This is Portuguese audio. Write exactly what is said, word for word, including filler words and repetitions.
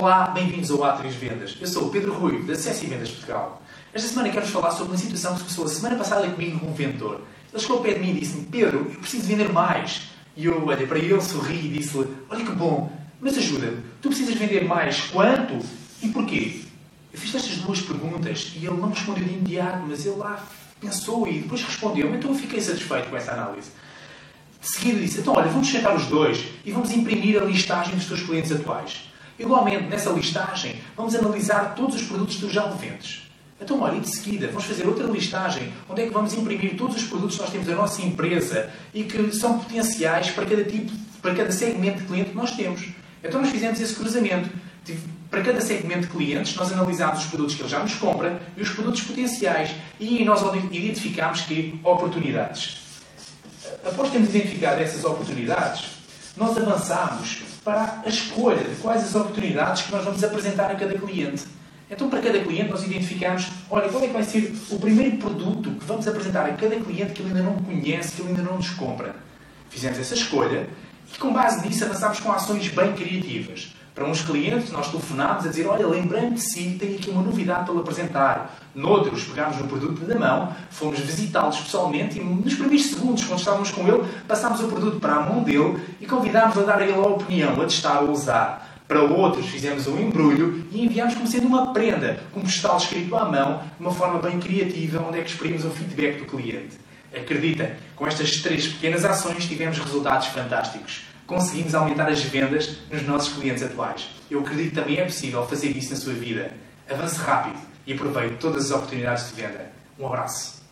Olá, bem-vindos ao A três Vendas. Eu sou o Pedro Rui, da C S I Vendas Portugal. Esta semana quero-vos falar sobre uma situação que se passou a semana passada comigo com um vendedor. Ele chegou ao pé de mim e disse-me: Pedro, eu preciso vender mais. E eu olhei para ele, sorri e disse-lhe: olha que bom, mas ajuda-me, tu precisas vender mais quanto e porquê? Eu fiz estas duas perguntas e ele não respondeu de imediato, mas ele lá pensou e depois respondeu. Então eu fiquei satisfeito com essa análise. De seguida disse: então olha, vamos sentar os dois e vamos imprimir a listagem dos teus clientes atuais. Igualmente, nessa listagem, vamos analisar todos os produtos que tu já vendes. Então, olha, e de seguida, vamos fazer outra listagem, onde é que vamos imprimir todos os produtos que nós temos da nossa empresa e que são potenciais para cada tipo, para cada segmento de cliente que nós temos. Então, nós fizemos esse cruzamento. Para cada segmento de clientes, nós analisámos os produtos que ele já nos compra e os produtos potenciais. E nós identificámos que oportunidades. Após termos identificado essas oportunidades, nós avançámos para a escolha de quais as oportunidades que nós vamos apresentar a cada cliente. Então, para cada cliente, nós identificamos, olha, qual é que vai ser o primeiro produto que vamos apresentar a cada cliente que ele ainda não conhece, que ele ainda não nos compra. Fizemos essa escolha e, com base nisso, avançámos com ações bem criativas. Para uns clientes, nós telefonámos a dizer: olha, lembrando de si, tenho aqui uma novidade para lhe apresentar. Noutros, pegámos no produto na mão, fomos visitá-los pessoalmente e, nos primeiros segundos, quando estávamos com ele, passámos o produto para a mão dele e convidámos-o a dar a ele a opinião, a testar ou usar. Para outros, fizemos um embrulho e enviámos como sendo uma prenda, com um postal escrito à mão, de uma forma bem criativa, onde é que exprimimos o feedback do cliente. Acredita, com estas três pequenas ações tivemos resultados fantásticos. Conseguimos aumentar as vendas nos nossos clientes atuais. Eu acredito que também é possível fazer isso na sua vida. Avance rápido e aproveite todas as oportunidades de venda. Um abraço.